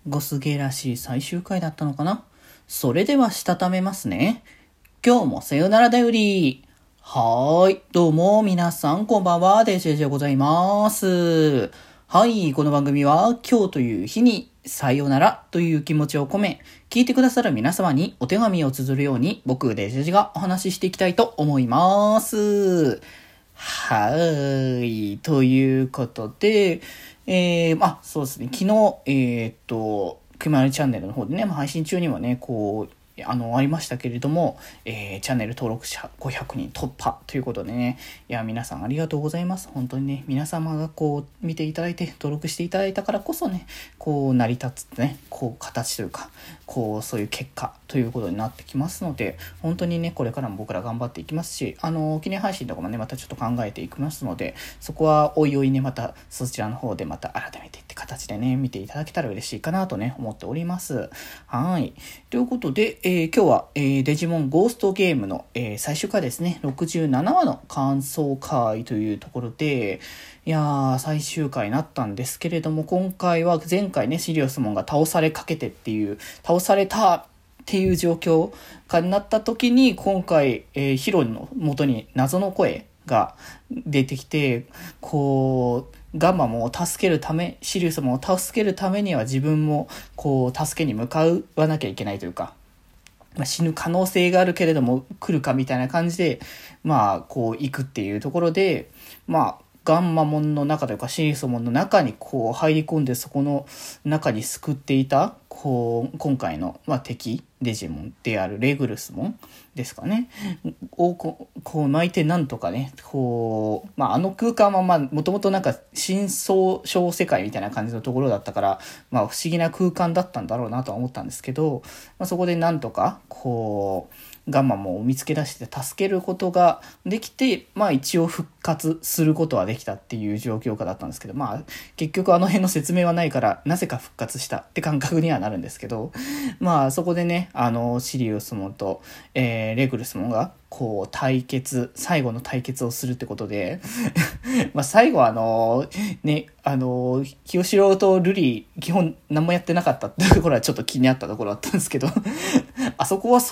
ゴスゲらしい最終回だったのかな。それではしたためますね。今日もさよならだより。どうも皆さんこんばんは、デジェジでございます。はい、この番組は今日という日にさよならという気持ちを込め、聞いてくださる皆様にお手紙を綴るように僕デジェジがお話ししていきたいと思います。ということで、そうですね、昨日、くまるチャンネルの方でね、配信中にはね、ありましたけれども、チャンネル登録者500人突破ということでね、いや、皆さんありがとうございます。本当にね、皆様が見ていただいて、登録していただいたからこそね、成り立つね、形というか、そういう結果ということになってきますので、本当にね、これからも僕ら頑張っていきますし、記念配信とかもね、またちょっと考えていきますので、そこはおいおいね、またそちらの方でまた改めてって形でね、見ていただけたら嬉しいかなとね、思っております。はい。ということで、今日は、デジモンゴーストゲームの、最終回ですね、67話の感想会というところで、いやー、最終回になったんですけれども、今回は前回ね、シリオスモンが倒されかけて倒されたっていう状況になった時に、今回、ヒロの元に謎の声が出てきて、ガンマモを助けるため、シリウスモンを助けるためには自分も助けに向かわなきゃいけないというか、死ぬ可能性があるけれども来るかみたいな感じで行くっていうところで、ガンマモンの中というかシリウスモンの中に入り込んで、そこの中に救っていた今回の、敵デジモンであるレグルスモンですかねを巻いて、なんとかねあの空間はもともと深層小世界みたいな感じのところだったから、不思議な空間だったんだろうなとは思ったんですけど、そこでなんとかガンマモンを見つけ出して助けることができて、一応復活することはできたっていう状況下だったんですけど、結局あの辺の説明はないからなぜか復活したって感覚にはなるんですけど、そこでね、シリウスモンと、レグルスモンが最後の対決をするってことで最後清志郎とルリ基本何もやってなかったっていうところはちょっと気になったところだったんですけどあそこは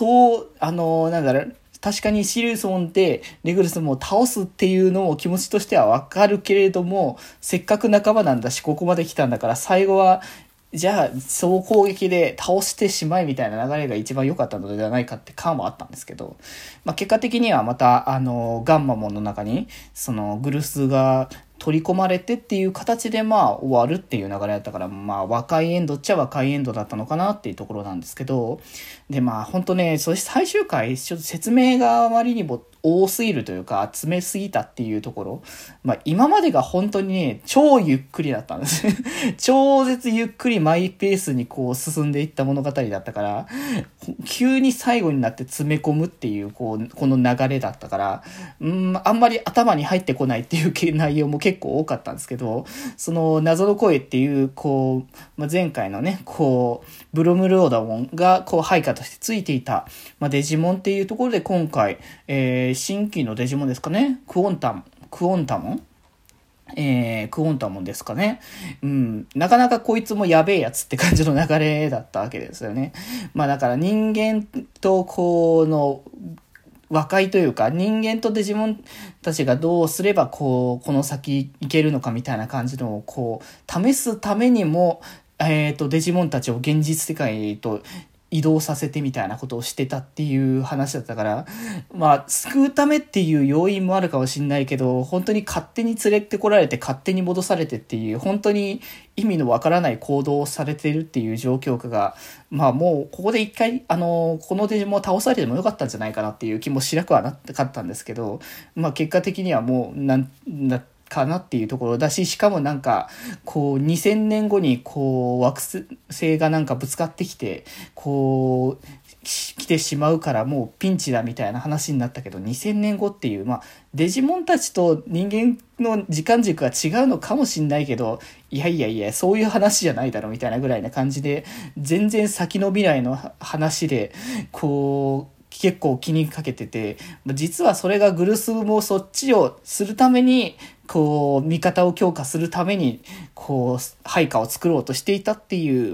確かにシリウスモンでレグルスモンを倒すっていうのも気持ちとしてはわかるけれども、せっかく仲間なんだしここまで来たんだから、最後はじゃあ総攻撃で倒してしまえみたいな流れが一番良かったのではないかって感はあったんですけど、結果的にはまたガンマモンの中にそのグルスが取り込まれてっていう形で終わるっていう流れだったから、若いエンドっちゃ若いエンドだったのかなっていうところなんですけど、で本当ね、そして最終回ちょっと説明があまりにも多すぎるというか詰めすぎたっていうところ、今までが本当にね超ゆっくりだったんです超絶ゆっくりマイペースに進んでいった物語だったから、急に最後になって詰め込むっていうこの流れだったから、あんまり頭に入ってこないっていう内容も結構多かったんですけど、その謎の声っていう前回のねブロムローダモンが配下としてついていた、デジモンっていうところで今回、新規のデジモンですかね、クオンタモンクオンタモンですかね。なかなかこいつもやべえやつって感じの流れだったわけですよね。だから人間と和解というか、人間とデジモンたちがどうすればこの先いけるのかみたいな感じのを試すためにも、デジモンたちを現実世界と移動させてみたいなことをしてたっていう話だったから、救うためっていう要因もあるかもしれないけど、本当に勝手に連れてこられて勝手に戻されてっていう、本当に意味のわからない行動をされてるっていう状況下が、もうここで一回このデジモンを倒されてもよかったんじゃないかなっていう気もしなくはなかったんですけど、結果的にはもうかなっていうところだし、しかも2000年後に惑星がぶつかってきて来てしまうからもうピンチだみたいな話になったけど、2000年後っていうデジモンたちと人間の時間軸が違うのかもしんないけど、いやそういう話じゃないだろみたいなぐらいな感じで、全然先の未来の話で結構気にかけてて、実はそれがグルスもそっちをするためにこう、味方を強化するために、こう、配下を作ろうとしていたっていう、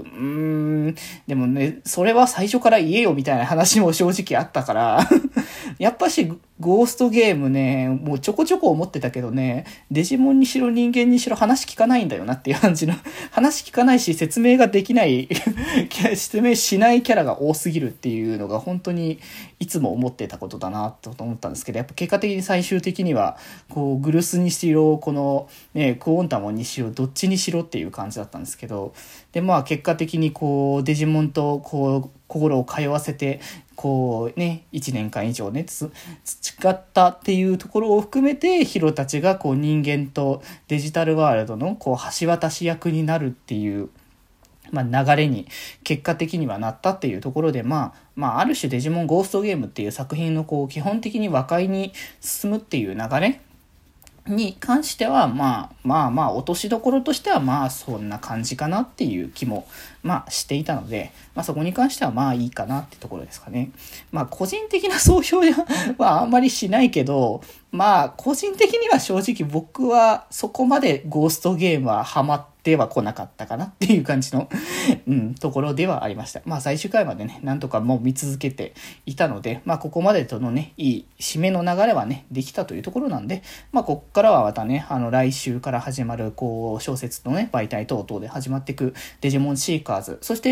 でもね、それは最初から言えよみたいな話も正直あったから、やっぱし、ゴーストゲームね、もうちょこちょこ思ってたけどね、デジモンにしろ人間にしろ話聞かないんだよなっていう感じの、話聞かないし説明ができない説明しないキャラが多すぎるっていうのが本当にいつも思ってたことだなと思ったんですけど、やっぱ結果的に最終的には、こう、グルスにしろ、このね、クオンタモンにしろ、どっちにしろっていう感じだったんですけど、で、まあ結果的にこう、デジモンとこう、心を通わせて、こうね、1年間以上ね、培ったっていうところを含めて、ヒロたちがこう人間とデジタルワールドのこう橋渡し役になるっていう、まあ流れに結果的にはなったっていうところで、まあある種デジモンゴーストゲームっていう作品のこう基本的に和解に進むっていう流れに関しては、まあ、落としどころとしては、まあ、そんな感じかなっていう気も、まあ、していたので、まあ、そこに関しては、まあ、いいかなってところですかね。まあ、個人的な総評はあんまりしないけど、まあ、個人的には正直僕はそこまでゴーストゲームはハマっては来なかったかなっていう感じのところではありました。まあ、最終回までね、なんとかもう見続けていたので、まあ、ここまでとのね、いい締めの流れはね、できたというところなんで、まあ、こっからはまたね、来週から始まる、こう、小説のね、媒体等々で始まっていくデジモンシーカーズ。そして、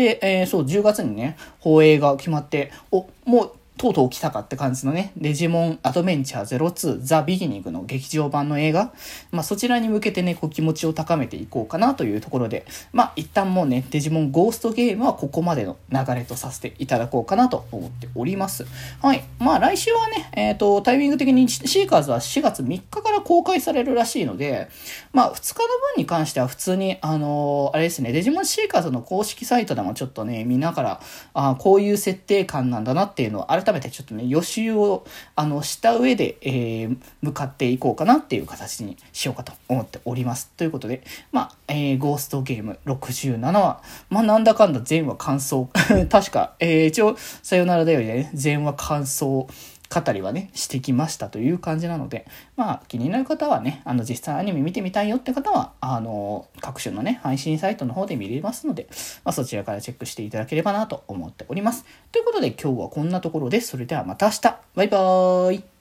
そう、10月にね、放映が決まって、もう、とうとう来たかって感じのね、デジモンアドベンチャー02ザ・ビギニングの劇場版の映画、まあそちらに向けてね、こう気持ちを高めていこうかなというところで、まあ一旦もうね、デジモンゴーストゲームはここまでの流れとさせていただこうかなと思っております。はい。まあ来週はね、タイミング的にシーカーズは4月3日から公開されるらしいので、まあ2日の分に関しては普通に、あれですね、デジモンシーカーズの公式サイトでもちょっとね、見ながら、こういう設定感なんだなっていうのを改めてちょっとね、予習をした上で、向かっていこうかなっていう形にしようかと思っております。ということで、まあ、ゴーストゲーム67話、まあなんだかんだ全話感想、確か、一応、さよならだよりね、全話感想、語りはね、してきましたという感じなので、まあ気になる方はね、実際アニメ見てみたいよって方は、各種のね、配信サイトの方で見れますので、まあそちらからチェックしていただければなと思っております。ということで今日はこんなところです。それではまた明日。バイバーイ。